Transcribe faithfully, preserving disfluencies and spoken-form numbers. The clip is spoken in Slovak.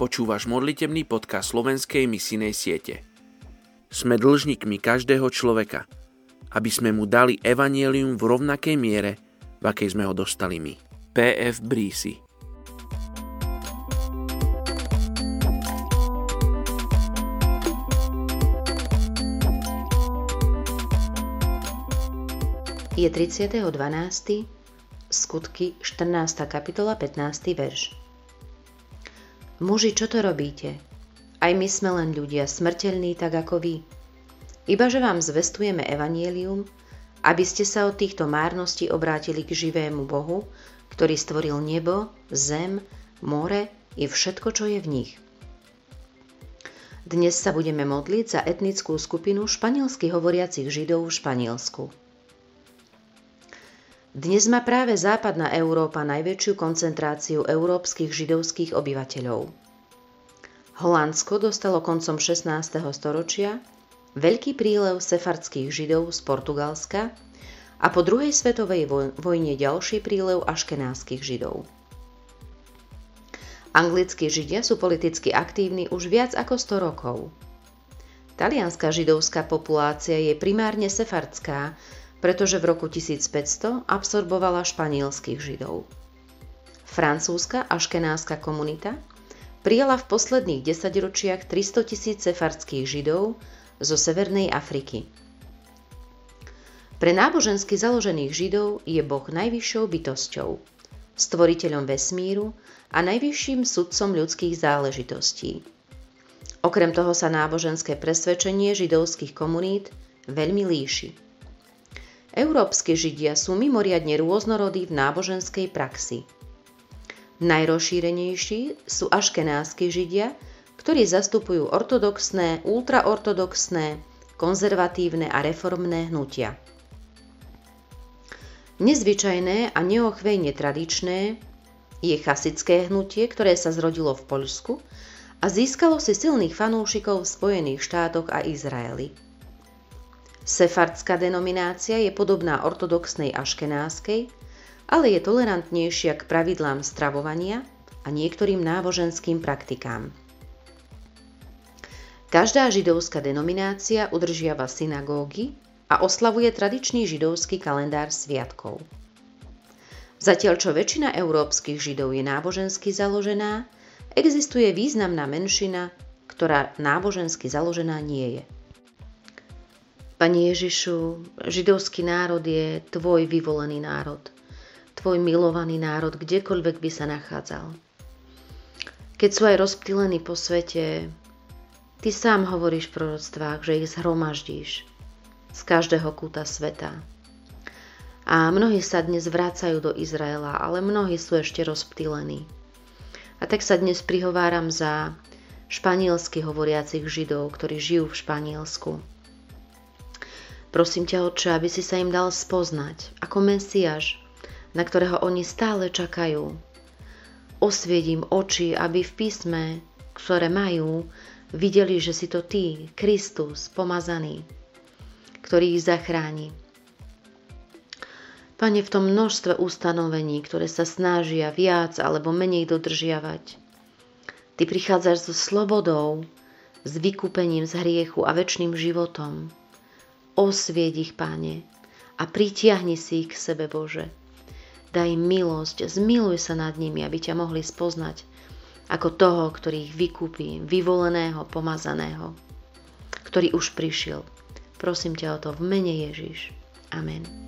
Počúvaš modlitebný podcast Slovenskej misijnej siete. Sme dlžníkmi každého človeka, aby sme mu dali evanjelium v rovnakej miere, v akej sme ho dostali my. pé ef Brísi. Je tridsiateho dvanásteho Skutky štrnásta kapitola pätnásty verš. Muži, čo to robíte? Aj my sme len ľudia, smrteľní tak ako vy. Ibaže vám zvestujeme evanjelium, aby ste sa od týchto márností obrátili k živému Bohu, ktorý stvoril nebo, zem, more i všetko, čo je v nich. Dnes sa budeme modliť za etnickú skupinu španielsky hovoriacich Židov v Španielsku. Dnes má práve západná Európa najväčšiu koncentráciu európskych židovských obyvateľov. Holandsko dostalo koncom šestnásteho storočia veľký prílev sefardských židov z Portugalska a po druhej svetovej vojne ďalší prílev aškenázskych židov. Anglickí židia sú politicky aktívni už viac ako sto rokov. Talianska židovská populácia je primárne sefardská, pretože v roku tisícpäťsto absorbovala španielskych židov. Francúzska aškenázska komunita prijala v posledných desaťročiach tristotisíc sefardských židov zo Severnej Afriky. Pre nábožensky založených židov je Boh najvyššou bytosťou, stvoriteľom vesmíru a najvyšším sudcom ľudských záležitostí. Okrem toho sa náboženské presvedčenie židovských komunít veľmi líši. Európski židia sú mimoriadne rôznorodí v náboženskej praxi. Najrozšírenejší sú aškenázski židia, ktorí zastupujú ortodoxné, ultraortodoxné, konzervatívne a reformné hnutia. Nezvyčajné a neochvejne tradičné je chasické hnutie, ktoré sa zrodilo v Poľsku a získalo si silných fanúšikov v Spojených štátoch a Izraeli. Sefardská denominácia je podobná ortodoxnej aškenázskej, ale je tolerantnejšia k pravidlám stravovania a niektorým náboženským praktikám. Každá židovská denominácia udržiava synagógy a oslavuje tradičný židovský kalendár sviatkov. Zatiaľ čo väčšina európskych židov je nábožensky založená, existuje významná menšina, ktorá nábožensky založená nie je. Pane Ježišu, židovský národ je tvoj vyvolený národ, tvoj milovaný národ, kdekoľvek by sa nachádzal. Keď sú aj rozptýlení po svete, ty sám hovoríš v proroctvách, že ich zhromaždíš z každého kúta sveta. A mnohí sa dnes vracajú do Izraela, ale mnohí sú ešte rozptýlení. A tak sa dnes prihováram za španielsky hovoriacich židov, ktorí žijú v Španielsku. Prosím ťa, Otče, aby si sa im dal spoznať ako Mesiáš, na ktorého oni stále čakajú. Osvieť im oči, aby v písme, ktoré majú, videli, že si to Ty, Kristus, pomazaný, ktorý ich zachráni. Pane, v tom množstve ustanovení, ktoré sa snažia viac alebo menej dodržiavať, Ty prichádzaš so slobodou, s vykúpením z hriechu a večným životom. Osvieť ich, Pane, a pritiahni si ich k sebe, Bože. Daj milosť, zmiluj sa nad nimi, aby ťa mohli spoznať ako toho, ktorý ich vykúpi, vyvoleného, pomazaného, ktorý už prišiel. Prosím ťa o to v mene Ježiš. Amen.